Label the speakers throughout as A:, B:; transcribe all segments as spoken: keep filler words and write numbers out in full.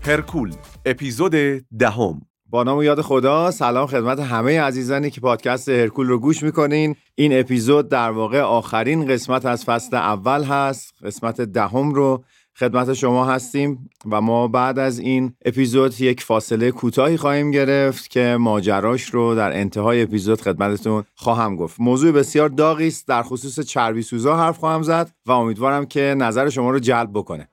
A: هرکول اپیزود دهم.
B: با نام و یاد خدا. سلام خدمت همه عزیزانی که پادکست هرکول رو گوش میکنین. این اپیزود در واقع آخرین قسمت از فصل اول هست. قسمت دهم رو خدمت شما هستیم و ما بعد از این اپیزود یک فاصله کوتاهی خواهیم گرفت که ماجراش رو در انتهای اپیزود خدمتتون خواهم گفت. موضوع بسیار داغی است، در خصوص چربی سوزا حرف خواهم زد و امیدوارم که نظر شما رو جلب بکنه.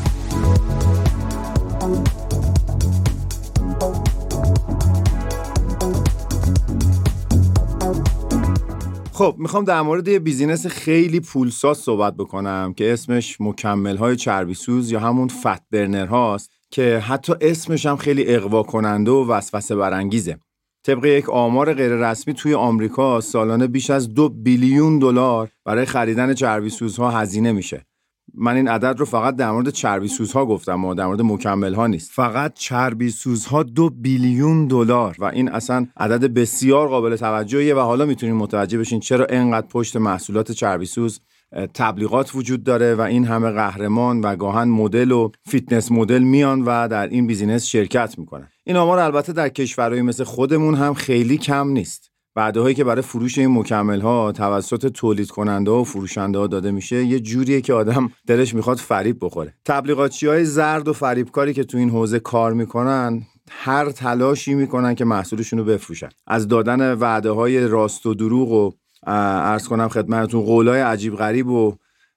B: خب میخوام در مورد یه بیزینس خیلی پولساز صحبت بکنم که اسمش مکمل‌های چربی سوز یا همون فت برنر هاست که حتی اسمش هم خیلی اغوا کننده و وسوسه برانگیزه. طبق یک آمار غیر رسمی توی آمریکا سالانه بیش از دو بیلیون دلار برای خریدن چربی سوزها هزینه میشه. من این عدد رو فقط در مورد چربی سوزها گفتم و در مورد مکمل ها نیست. فقط چربی سوزها دو بیلیون دلار و این اصلا عدد بسیار قابل توجهیه و حالا میتونین متوجه بشین چرا اینقدر پشت محصولات چربی سوز تبلیغات وجود داره و این همه قهرمان و گاهن مدل و فیتنس مدل میان و در این بیزینس شرکت میکنن. این آمار البته در کشورهایی مثل خودمون هم خیلی کم نیست. وعده‌هایی که برای فروش این مکمل‌ها توسط تولید کننده و فروشنده ها داده میشه یه جوریه که آدم دلش میخواد فریب بخوره. تبلیغاتچی‌های زرد و فریبکاری که تو این حوزه کار میکنن هر تلاشی میکنن که محصولشون رو بفروشن. از دادن وعده‌های راست و دروغ و عرض کنم خدمتتون قولای عجیب غریب و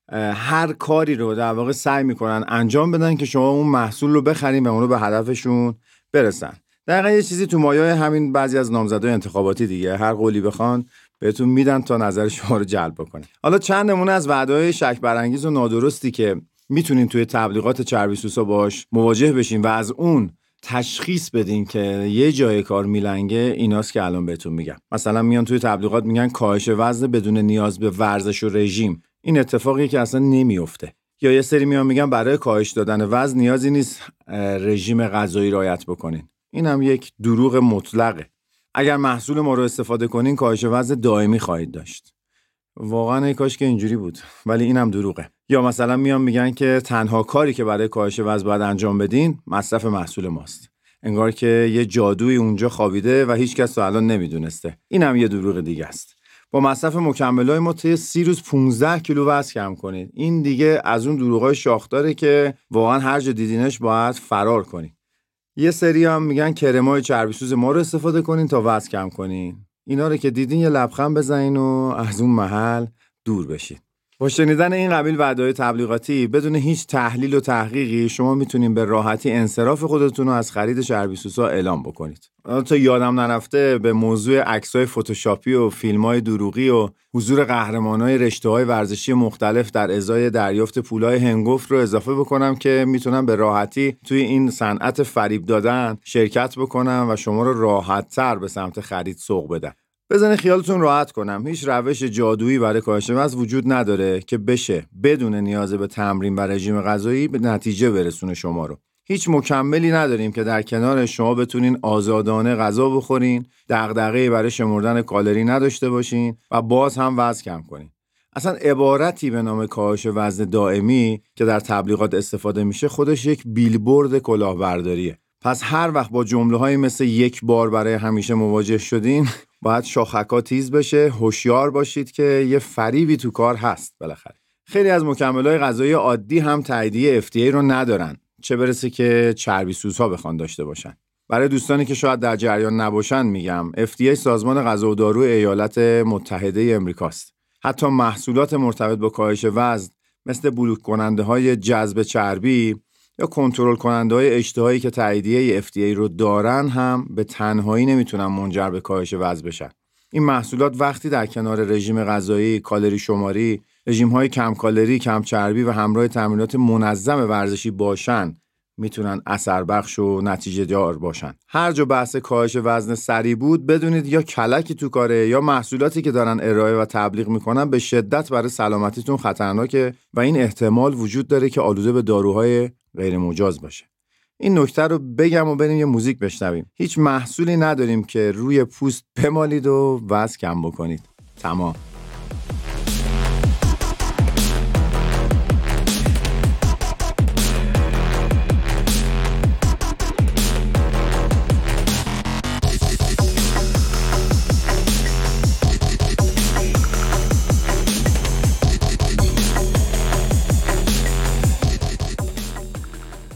B: هر کاری رو در واقع سعی میکنن انجام بدن که شما اون محصول رو بخرین و اون رو به هدفشون برسن. دقیقا یه چیزی تو مایه همین بعضی از نامزدهای انتخاباتی دیگه، هر قولی بخوان بهتون میدن تا نظر شما رو جلب بکنه. حالا چند نمونه از وعده‌های شک برانگیز و نادرستی که میتونین توی تبلیغات چربی سوزا باش مواجه بشین و از اون تشخیص بدین که یه جای کار میلنگه، ایناست که الان بهتون میگم. مثلا میان توی تبلیغات میگن کاهش وزن بدون نیاز به ورزش و رژیم. این اتفاقی که اصلا نمیفته. یا یه سری میان میگن برای کاهش دادن وزن نیازی نیست رژیم غذایی رعایت بکنین. این هم یک دروغ مطلقه. اگر محصول ما رو استفاده کنین کاهش وزن دائمی خواهید داشت. واقعا ای کاش که اینجوری بود، ولی این هم دروغه. یا مثلا میان میگن که تنها کاری که برای کاهش وزن باید انجام بدین مصرف محصول ماست. انگار که یه جادویی اونجا خوابیده و هیچ کس تا الان نمیدونسته. این هم یه دروغ دیگه است. با مصرف مکمل‌های ما طی سی روز پانزده کیلو وزن کم کنید. این دیگه از اون دروغای شاخداره که واقعا هر جا دیدینش باید فرار کنید. یه سری هم میگن کرمای چربی سوز ما رو استفاده کنین تا وزن کم کنین. اینا رو که دیدین یه لبخند بزنین و از اون محل دور بشین. با شنیدن این قبیل وعده‌های تبلیغاتی بدون هیچ تحلیل و تحقیقی شما میتونین به راحتی انصراف خودتون رو از خرید چربی سوزها اعلام بکنید. تا یادم نرفته به موضوع عکس‌های فتوشاپی و فیلم‌های دروغی و حضور قهرمان‌های رشته‌های ورزشی مختلف در ازای دریافت پولای هنگفت رو اضافه بکنم که میتونن به راحتی توی این صنعت فریب دادن شرکت بکنن و شما رو راحت‌تر به سمت خرید سوق بدن. بزنید خیالتون راحت کنم، هیچ روش جادویی برای کاهش وزن وجود نداره که بشه بدون نیاز به تمرین و رژیم غذایی به نتیجه برسونه شما رو. هیچ مکملی نداریم که در کنار شما بتونین آزادانه غذا بخورین، دغدغه‌ای برای شمردن کالری نداشته باشین و باز هم وزن کم کنین. اصلا عبارتی به نام کاهش وزن دائمی که در تبلیغات استفاده میشه خودش یک بیلبورد کلاهبرداریه. پس هر وقت با جمله‌هایی مثل یک بار برای همیشه مواجه شدین باید شاخک‌ها تیز بشه، هوشیار باشید که یه فریبی تو کار هست بالاخره. خیلی از مکمل‌های غذایی عادی هم تاییدیه اف دی ای رو ندارن، چه برسه که چربی سوزها بخوان داشته باشن. برای دوستانی که شاید در جریان نباشن میگم اف دی ای سازمان غذا و دارو ایالات متحده آمریکاست. حتی محصولات مرتبط با کاهش وزن مثل بلوک کننده‌های جذب چربی یا کنترل کننده‌های اشتهایی که تاییدیه اف دی ای رو دارن هم به تنهایی نمیتونن منجر به کاهش وزن بشن. این محصولات وقتی در کنار رژیم غذایی، کالری شماری، رژیم‌های کم کالری، کم چربی و همراه تمرینات منظم ورزشی باشن میتونن اثر بخش و نتیجه دار باشن. هر جا بحث کاهش وزن سریع بود بدونید یا کلکی تو کاره یا محصولاتی که دارن ارائه و تبلیغ میکنن به شدت برای سلامتیتون خطرناکه و این احتمال وجود داره که آلوده به داروهای غیر مجاز باشه. این نکته رو بگم و بریم یه موزیک بشنویم. هیچ محصولی نداریم که روی پوست بمالید و وزن کم بکنید. تمام.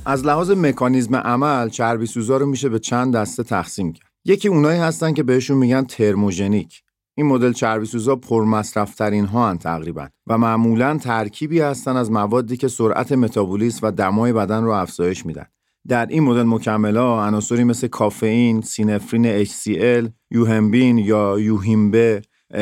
B: از لحاظ مکانیزم عمل چربی سوزا رو میشه به چند دسته تقسیم کرد. یکی اونایی هستن که بهشون میگن ترموژنیک. این مدل چربی سوزا پرمصرف ترین ها هن تقریبا و معمولاً ترکیبی هستن از موادی که سرعت متابولیسم و دمای بدن رو افزایش میدن. در این مدل مکمل‌ها عناصری مثل کافئین، سینفرین اچ سی ال، یوهمبین یا یوهیمبه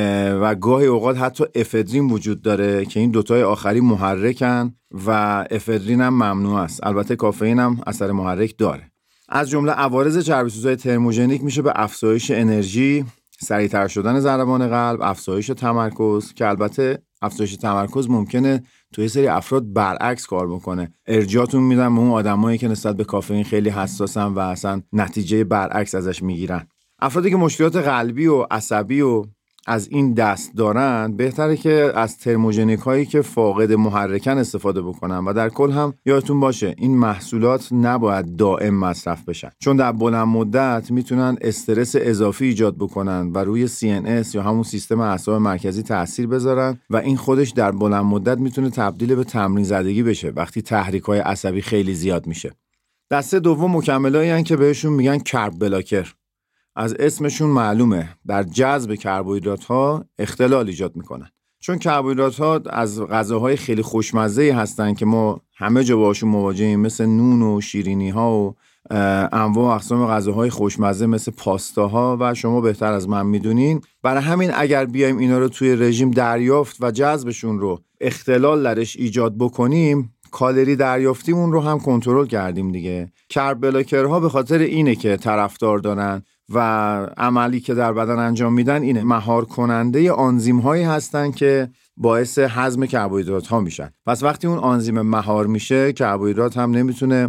B: و گاهی اوقات حتی افدرین وجود داره که این دوتای آخری محرکن و افدرین هم ممنوع است. البته کافئین هم اثر محرک داره. از جمله عوارض چربی‌سوزهای ترموژنیک میشه به افزایش انرژی، سریعتر شدن ضربان قلب، افزایش تمرکز، که البته افزایش تمرکز ممکنه توی سری افراد برعکس کار بکنه. ارجاعتون میدم به اون آدمایی که نسبت به کافئین خیلی حساسن و اصلا نتیجه برعکس ازش میگیرن. افرادی که مشکلات قلبی و عصبی و از این دست دارن بهتره که از ترموژنیک هایی که فاقد محرکن استفاده بکنن و در کل هم یادتون باشه این محصولات نباید دائم مصرف بشن، چون در بلند مدت میتونن استرس اضافی ایجاد بکنن و روی سی ان اس یا همون سیستم اعصاب مرکزی تاثیر بذارن و این خودش در بلند مدت میتونه تبدیل به تمرین زدگی بشه وقتی تحریک های عصبی خیلی زیاد میشه. دسته دوم مکملایی هستن که بهشون میگن کرب بلاکر. از اسمشون معلومه در جذب کربوهیدرات ها اختلال ایجاد میکنن، چون کربوهیدرات ها از غذاهای خیلی خوشمزه‌ای هستن که ما همه جا باشون مواجهیم، مثل نون و شیرینی ها و انواع و اقسام غذاهای خوشمزه مثل پاستاها و شما بهتر از من میدونین. برای همین اگر بیایم اینا رو توی رژیم دریافت و جذبشون رو اختلال درش ایجاد بکنیم، کالری دریافتیمون رو هم کنترل کردیم دیگه. کرب بلاکرها به خاطر اینه که طرفدار دارن و عملی که در بدن انجام میدن اینه، مهار کننده آنزیم هایی هستن که باعث هضم کربوهیدرات ها میشن. پس وقتی اون آنزیم مهار میشه کربوهیدرات هم نمیتونه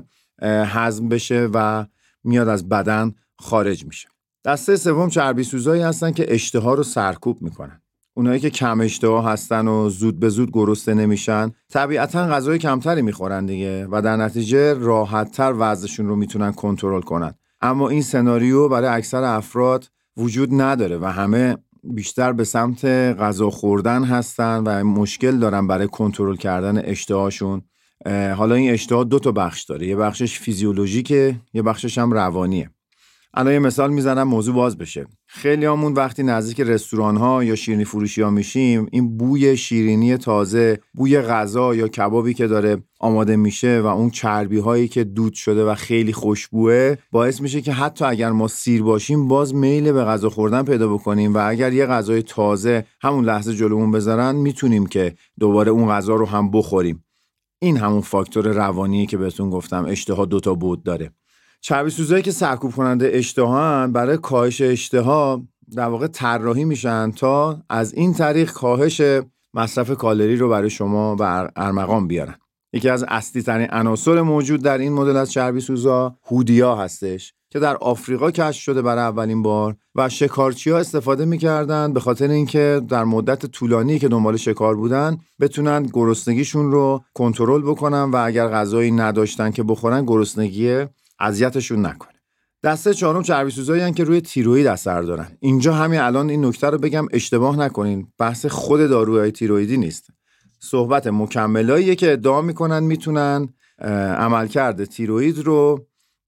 B: هضم بشه و میاد از بدن خارج میشه. دسته سوم چربی سوزایی هستن که اشتها رو سرکوب میکنن. اونایی که کم اشتها هستن و زود به زود گرسنه نمیشن طبیعتاً غذای کمتری میخورن دیگه و در نتیجه راحت‌تر وزنشون رو میتونن کنترل کنن. اما این سناریو برای اکثر افراد وجود نداره و همه بیشتر به سمت غذا خوردن هستن و مشکل دارن برای کنترل کردن اشتهاشون. حالا این اشتها دو تا بخش داره، یه بخشش فیزیولوژیکه، یه بخشش هم روانیه. الان یه مثال میزنم موضوع باز بشه. خیلی همون وقتی نزدیک رستوران ها یا شیرینی فروشی ها میشیم، این بوی شیرینی تازه، بوی غذا یا کبابی که داره آماده میشه و اون چربی هایی که دود شده و خیلی خوشبوه باعث میشه که حتی اگر ما سیر باشیم باز میل به غذا خوردن پیدا بکنیم و اگر یه غذای تازه همون لحظه جلومون بذارن میتونیم که دوباره اون غذا رو هم بخوریم. این همون فاکتور روانیه که بهتون گفتم اشتها دو تا بود داره. چربی سوزایی که سرکوب کننده اشتها برای کاهش اشتها در واقع طراحی میشن تا از این طریق کاهش مصرف کالری رو برای شما به ارمغان بیارن. یکی از اصلی ترین عناصر موجود در این مدل از چربی سوزا هودیا هستش که در آفریقا کشف شده برای اولین بار و شکارچی‌ها استفاده می‌کردن به خاطر اینکه در مدت طولانی که دنبال شکار بودن بتونن گرسنگیشون رو کنترل بکنن و اگر غذایی نداشتن که بخورن گرسنگی اذیتشون نکنه. دسته چهارم چربی سوزایی هستن که روی تیروئید اثر دارن. اینجا همین الان این نکته رو بگم اشتباه نکنین، بحث خود داروهای تیروئیدی نیست. صحبت مکملاییه که ادعا میکنن میتونن عملکرد تیروئید رو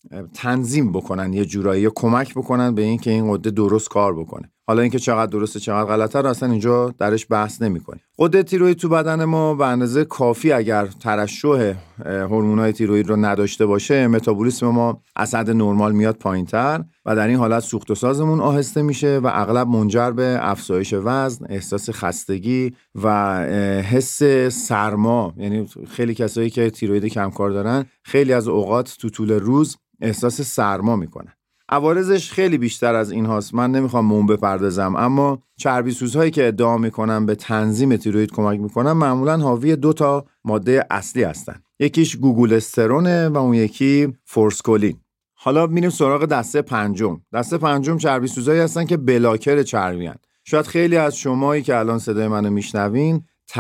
B: تنظیم بکنن، یه جورایی یا کمک بکنن به این که این غده درست کار بکنه. حالا اینکه چقدر درسته چقدر غلطه رو اصلا اینجا درش بحث نمی‌کنیم. غده تیروئید تو بدن ما به اندازه کافی اگر ترشح هورمونای تیروئید رو نداشته باشه متابولیسم ما از حد نرمال میاد پایین‌تر و در این حالت سوخت و سازمون آهسته میشه و اغلب منجر به افزایش وزن، احساس خستگی و حس سرما. یعنی خیلی کسایی که تیروئید کمکار دارن خیلی از اوقات تو طول روز احساس سرما میکنن. عوارضش خیلی بیشتر از این هاست، من نمیخوام به اون بپردازم، اما چربی سوزهایی که ادعا میکنن به تنظیم تیروئید کمک میکنن معمولا حاوی دو تا ماده اصلی هستن. یکیش گوگولسترونه و اون یکی فورسکولین. حالا میریم سراغ دسته پنجم. دسته پنجم چربی سوزهایی هستن که بلاکر چربی هستن. شاید خیلی از شمایی که الان صدای منو میشنوین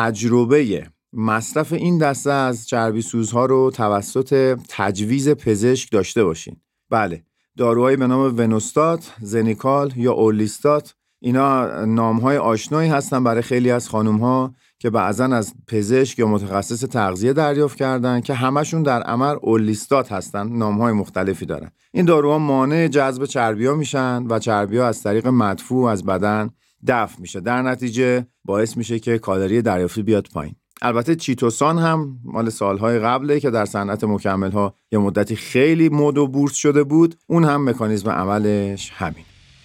B: تجربه مصرف این دسته از چربی سوزها رو توسط تجویز پزشک داشته باشین. بله، داروهایی به نام ونوستات، زنیکال یا اورلیستات، اینا نامهای آشنایی هستن برای خیلی از خانوم‌ها که بعضاً از پزشک یا متخصص تغذیه دریافت کردن که همشون در عمل اولیستات هستن، نام‌های مختلفی دارن. این داروها مانع جذب چربی‌ها میشن و چربی‌ها از طریق مدفوع از بدن دفع میشه. در نتیجه باعث میشه که کالری دریافتی بیاد پایین. البته چیتوسان هم مال سالهای قبله که در صنعت مکمل‌ها یه مدتی خیلی مد و بورس شده بود. اون هم مکانیزم عملش همین.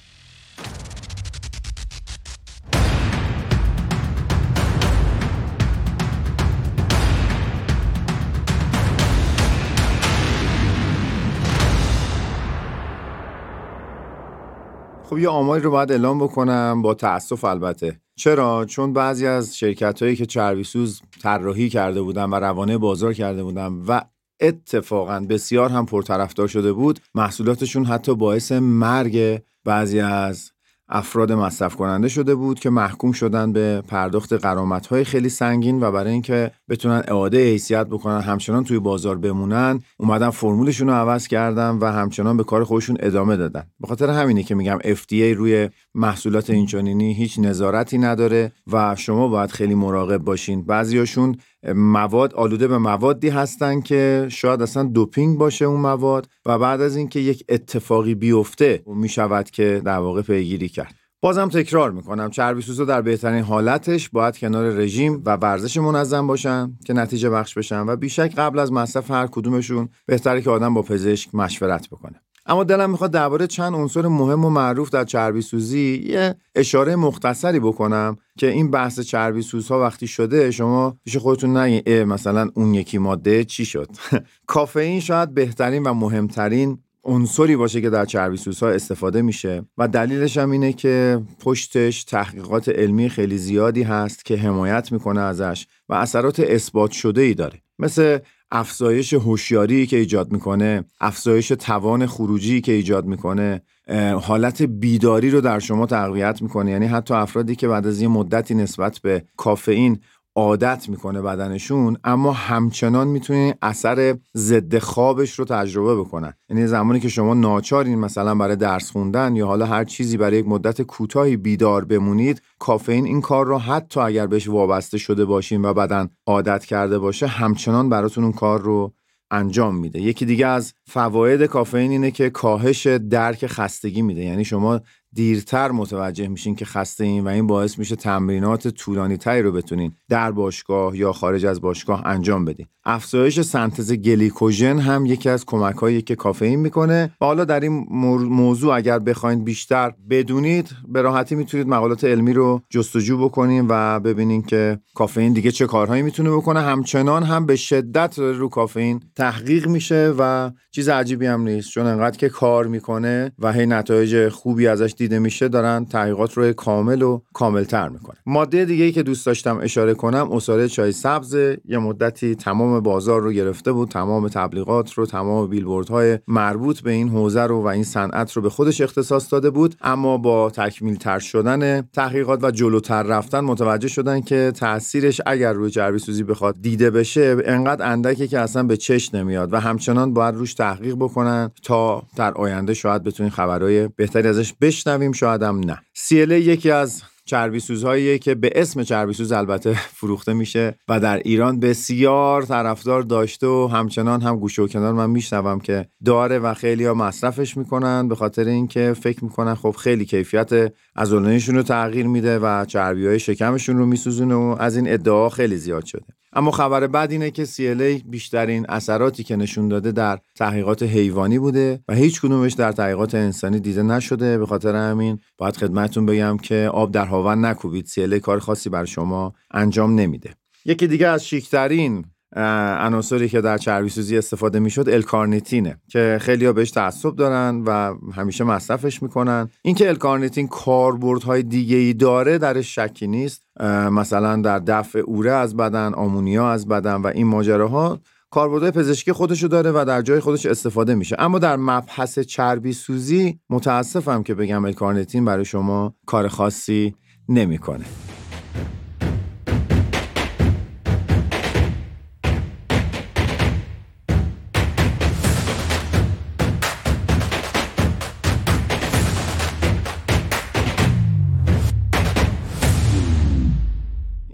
B: خب یه آماری رو باید اعلام بکنم، با تأسف البته. چرا؟ چون بعضی از شرکت‌هایی که چربیسوز طراحی کرده بودن و روانه بازار کرده بودن و اتفاقاً بسیار هم پرطرفدار شده بود، محصولاتشون حتی باعث مرگ بعضی از افراد مصرف کننده شده بود که محکوم شدن به پرداخت غرامت‌های خیلی سنگین و برای اینکه بتونن اعاده حیثیت بکنن همچنان توی بازار بمونن اومدن فرمولشون رو عوض کردن و همچنان به کار خودشون ادامه دادن. به خاطر همینه که میگم اف دی ای روی محصولات اینچنینی هیچ نظارتی نداره و شما باید خیلی مراقب باشین. بعضیاشون مواد آلوده به موادی هستن که شاید اصلا دوپینگ باشه اون مواد و بعد از اینکه یک اتفاقی بیفته میشود که در واقع پیگیری کرد. بازم تکرار میکنم، چربیسوزا در بهترین حالتش باید کنار رژیم و ورزش منظم باشن که نتیجه بخش بشن و بیشک قبل از مصرف هر کدومشون بهتره که آدم با پزشک مشورت بکنه. اما دلم میخواد درباره چند عنصر مهم و معروف در چربیسوزی یه اشاره مختصری بکنم که این بحث چربیسوزها وقتی شده شما پیش خودتون نگین مثلا اون یکی ماده چی شد. کافئین شاید بهترین و مهمترین عنصری باشه که در چربیسوزها استفاده میشه و دلیلش هم اینه که پشتش تحقیقات علمی خیلی زیادی هست که حمایت میکنه ازش و اثرات اثبات شده ای داره، مثل افزایش هوشیاری که ایجاد میکنه، افزایش توان خروجی که ایجاد میکنه، حالت بیداری رو در شما تقویت میکنه. یعنی حتی افرادی که بعد از یه مدتی نسبت به کافئین عادت میکنه بدنشون، اما همچنان میتونین اثر ضد خوابش رو تجربه بکنن. یعنی زمانی که شما ناچارین مثلا برای درس خوندن یا حالا هر چیزی برای یک مدت کوتاهی بیدار بمونید، کافئین این کار رو حتی اگر بهش وابسته شده باشین و بدن عادت کرده باشه همچنان براتون اون کار رو انجام میده. یکی دیگه از فواید کافئین اینه که کاهش درک خستگی میده. یعنی شما دیرتر متوجه میشین که خسته این و این باعث میشه تمرینات طولانی تری رو بتونین در باشگاه یا خارج از باشگاه انجام بدین. افزایش سنتز گلیکوژن هم یکی از کمک‌هایی که کافئین میکنه. و حالا در این موضوع اگر بخواید بیشتر بدونید به راحتی میتونید مقالات علمی رو جستجو بکنین و ببینین که کافئین دیگه چه کارهایی میتونه بکنه. همچنان هم به شدت رو کافئین تحقیق میشه و چیز عجیبی هم نیست، چون انقدر که کار میکنه و هی نتایج خوبی ازش دیده میشه دارن تحقیقات رو کامل و کاملتر میکنه. ماده دیگه‌ای که دوست داشتم اشاره کنم عصاره چای سبز. یه مدتی تمام بازار رو گرفته بود، تمام تبلیغات رو، تمام بیلبوردهای مربوط به این حوزه رو و این صنعت رو به خودش اختصاص داده بود، اما با تکمیل تر شدن تحقیقات و جلوتر رفتن متوجه شدن که تاثیرش اگر روی چربیسوزی بخواد دیده بشه انقدر اندکه که اصلا به چشم نمیاد و همچنان باید روش تحقیق بکنن تا در آینده شاید بتونین خبرهای بهتری ازش بشنویم، شاید هم نه. سی ال ای یکی از چربیسوزهاییه که به اسم چربیسوز البته فروخته میشه و در ایران بسیار طرفدار داشته و همچنان هم گوشه و کنار من میشنوم که داره و خیلی‌ها مصرفش میکنن به خاطر اینکه فکر میکنن خب خیلی کیفیت عضلانیشون رو تغییر میده و چربی‌های شکمشون رو میسوزونه و از این ادعا خیلی زیاد شده. اما خبر بد اینه که سی ال ای بیشترین اثراتی که نشون داده در تحقیقات حیوانی بوده و هیچ کدومش در تحقیقات انسانی دیده نشده. به خاطر همین باید خدمتتون بگم که آب در هاون نکوبید، سی ال ای کار خاصی بر شما انجام نمیده. یکی دیگه از شیک‌ترین عناصری که در چربیسوزی استفاده میشد الکارنیتینه که خیلی‌ها بهش تعصب دارن و همیشه مصرفش میکنن. اینکه الکارنیتین کاربردهای دیگه‌ای داره درش شکی نیست، مثلا در دفع اوره از بدن، آمونیا از بدن و این ماجراها کاربردهای پزشکی خودشو داره و در جای خودش استفاده میشه. اما در مبحث چربیسوزی متاسفم که بگم الکارنیتین برای شما کار خاصی نمیکنه.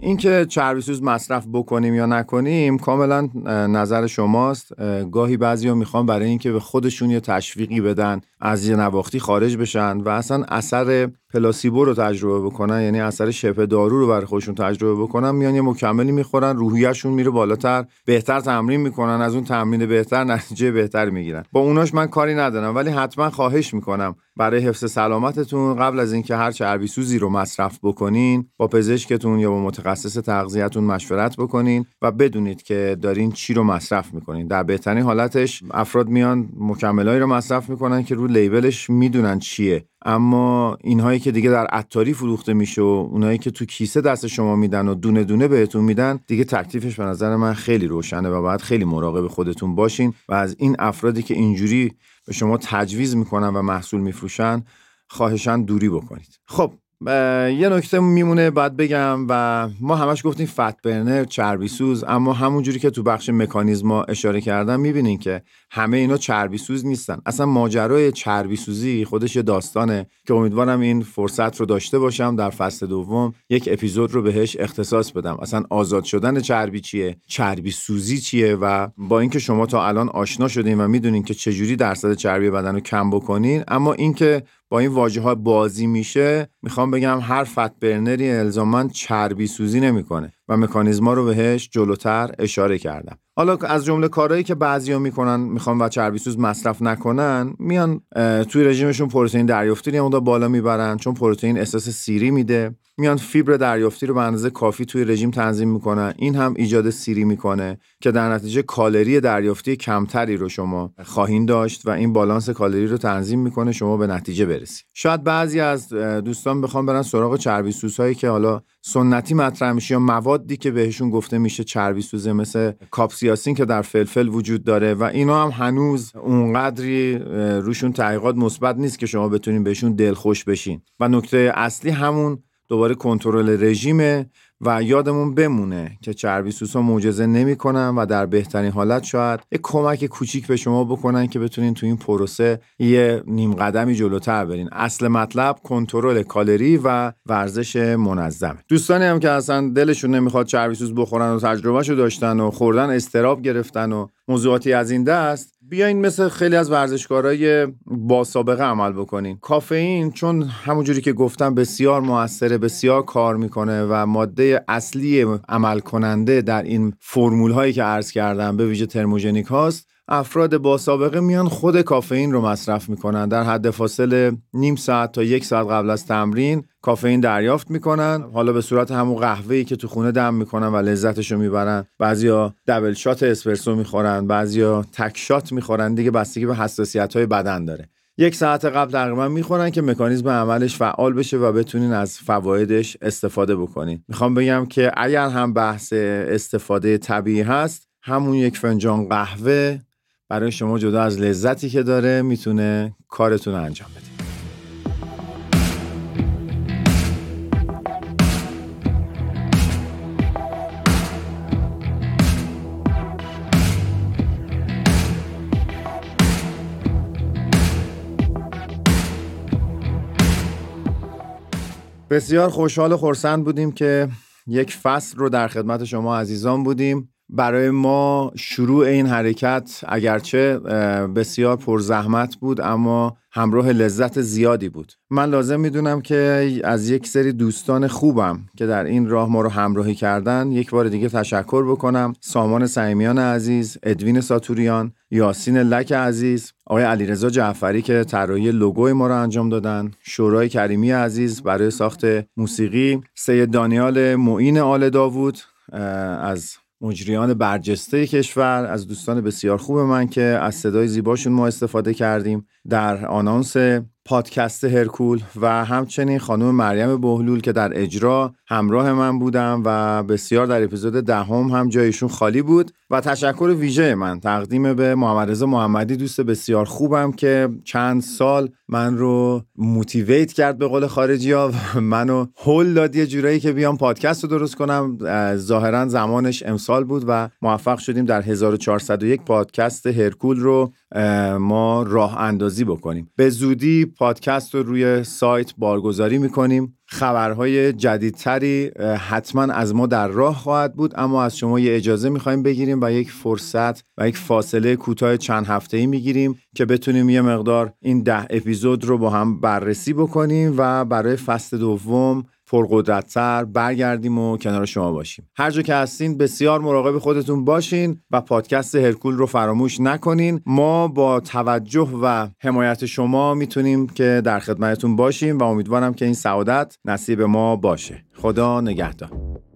B: اینکه چربیسوز مصرف بکنیم یا نکنیم کاملا نظر شماست. گاهی بعضیا میخوان برای اینکه به خودشون یه تشویقی بدن از یه نواختی خارج بشن و اصلا اثر پلاسیبو رو تجربه بکنن، یعنی اثر شبه دارو رو برای خودشون تجربه بکنن، میان یه مکملی میخورن، روحیه‌شون میره بالاتر، بهتر تمرین میکنن، از اون تمرین بهتر نتیجه بهتر میگیرن. با اوناش من کاری ندارم، ولی حتما خواهش میکنم برای حفظ سلامتتون قبل از اینکه هر چربیسوزی رو مصرف بکنین با پزشکتون یا با متخصص تغذیه‌تون مشورت بکنین و بدونید که دارین چی رو مصرف میکنین. در بهترین حالتش افراد میان مکملایی رو مصرف میکنن که رو لیبلش میدونن چیه، اما اینهایی که دیگه در عطاری فروخته میشه و اونایی که تو کیسه دست شما میدن و دونه دونه بهتون میدن، دیگه تکلیفش به نظر من خیلی روشنه و باید خیلی مراقب خودتون باشین و از این افرادی که اینجوری به شما تجویز میکنن و محصول میفروشن خواهشاً دوری بکنید. خب یه نکته میمونه بعد بگم و ما همش گفتیم فت برنر، چربی سوز، اما همونجوری که تو بخش مکانیزما اشاره کردم میبینین که همه اینا چربی سوز نیستن. اصلا ماجرای چربی سوزی خودش یه داستانه که امیدوارم این فرصت رو داشته باشم در فصل دوم یک اپیزود رو بهش اختصاص بدم. اصلا آزاد شدن چربی چیه، چربی سوزی چیه و با اینکه شما تا الان آشنا شدین و میدونین که چجوری درصد چربی بدن رو کم بکنین، اما اینکه با این واژه‌ها بازی میشه، میخوام بگم هر فت برنری الزاماً چربی سوزی نمیکنه و مکانیزما رو بهش جلوتر اشاره کردم. حالا از جمله کارهایی که بعضیا میکنن میخوان و چربی سوز مصرف نکنن، میان توی رژیمشون پروتئین دریافتی رو اونجا بالا میبرن چون پروتئین احساس سیری میده، میان فیبر دریافتی رو به اندازه کافی توی رژیم تنظیم میکنن، این هم ایجاد سیری میکنه که در نتیجه کالری دریافتی کمتری رو شما خواهین داشت و این بالانس کالری رو تنظیم میکنه شما به نتیجه برسید. شاید بعضی از دوستان بخوام برن سراغ چربی سوزهایی که حالا سنتی مطرح میشه یا موادی که بهشون گفته میشه چربی سوزه، مثل کاپسیاسین که در فلفل وجود داره و اینا هم هنوز اونقدری روشون تحقیقات مثبت نیست که شما بتونین بهشون دلخوش بشین. و نکته اصلی همون دوباره کنترل رژیمه و یادمون بمونه که چربی سوزها معجزه نمی‌کنن و در بهترین حالت شاید یک کمک کوچیک به شما بکنن که بتونین تو این پروسه یه نیم قدمی جلوتر برین. اصل مطلب کنترل کالری و ورزش منظمه. دوستانی هم که اصلا دلشون نمیخواد چربی سوز بخورن و تجربهشو داشتن و خوردن استراب گرفتن و موضوعاتی از این دست، بیاین مثل خیلی از ورزشکارای با سابقه عمل بکنین. کافئین چون همونجوری که گفتم بسیار موثره، بسیار کار میکنه و ماده اصلی عمل کننده در این فرمول هایی که عرض کردم به ویژه ترموژنیک هاست، افراد با سابقه میان خود کافئین رو مصرف میکنن. در حد فاصله نیم ساعت تا یک ساعت قبل از تمرین کافئین دریافت میکنن، حالا به صورت همون قهوه‌ای که تو خونه دم میکنن و لذتشو میبرن. بعضیا دبل شات اسپرسو میخورن، بعضیا تک شات میخورن، دیگه بستگی به حساسیت‌های بدن داره. یک ساعت قبل تقریبا میخورن که مکانیزم عملش فعال بشه و بتونین از فوایدش استفاده بکنین. میخوام بگم که اگر هم بحث استفاده طبیعی هست، همون یک فنجان قهوه برای شما جدا از لذتی که داره میتونه کارتون رو انجام بده. بسیار خوشحال و خرسند بودیم که یک فصل رو در خدمت شما عزیزان بودیم. برای ما شروع این حرکت اگرچه بسیار پرزحمت بود اما همراه لذت زیادی بود. من لازم میدونم که از یک سری دوستان خوبم که در این راه ما رو همراهی کردن یک بار دیگه تشکر بکنم. سامان صمیمیان عزیز، ادوین ساتوریان، یاسین لک عزیز، آقای علیرضا جعفری که طراحی لوگوی ما رو انجام دادن، شورای کریمی عزیز برای ساخت موسیقی، سید دانیال معین آل داوود از مجریان برجسته کشور، از دوستان بسیار خوب من که از صدای زیباشون ما استفاده کردیم در آنانس پادکست هرکول، و همچنین خانم مریم بهلول که در اجرا همراه من بودم و بسیار در اپیزود دهم هم جایشون خالی بود. و تشکر ویژه من تقدیم به محمد رضا محمدی، دوست بسیار خوبم که چند سال من رو موتیویت کرد به قول خارجی‌ها و منو هول داد یه جورایی که بیام پادکست رو درست کنم. ظاهرا زمانش امسال بود و موفق شدیم در هزار و چهارصد و یک پادکست هرکول رو ما راه اندازی بکنیم. به زودی پادکست رو روی سایت بارگذاری میکنیم. خبرهای جدیدتری حتما از ما در راه خواهد بود، اما از شما یه اجازه میخوایم بگیریم و یک فرصت و یک فاصله کوتاه چند هفته‌ای میگیریم که بتونیم یه مقدار این ده اپیزود رو با هم بررسی بکنیم و برای فصل دوم پرقدرت‌تر برگردیم و کنار شما باشیم. هر جا که هستین بسیار مراقب خودتون باشین و پادکست هرکول رو فراموش نکنین. ما با توجه و حمایت شما میتونیم که در خدمتتون باشیم و امیدوارم که این سعادت نصیب ما باشه. خدا نگهدار.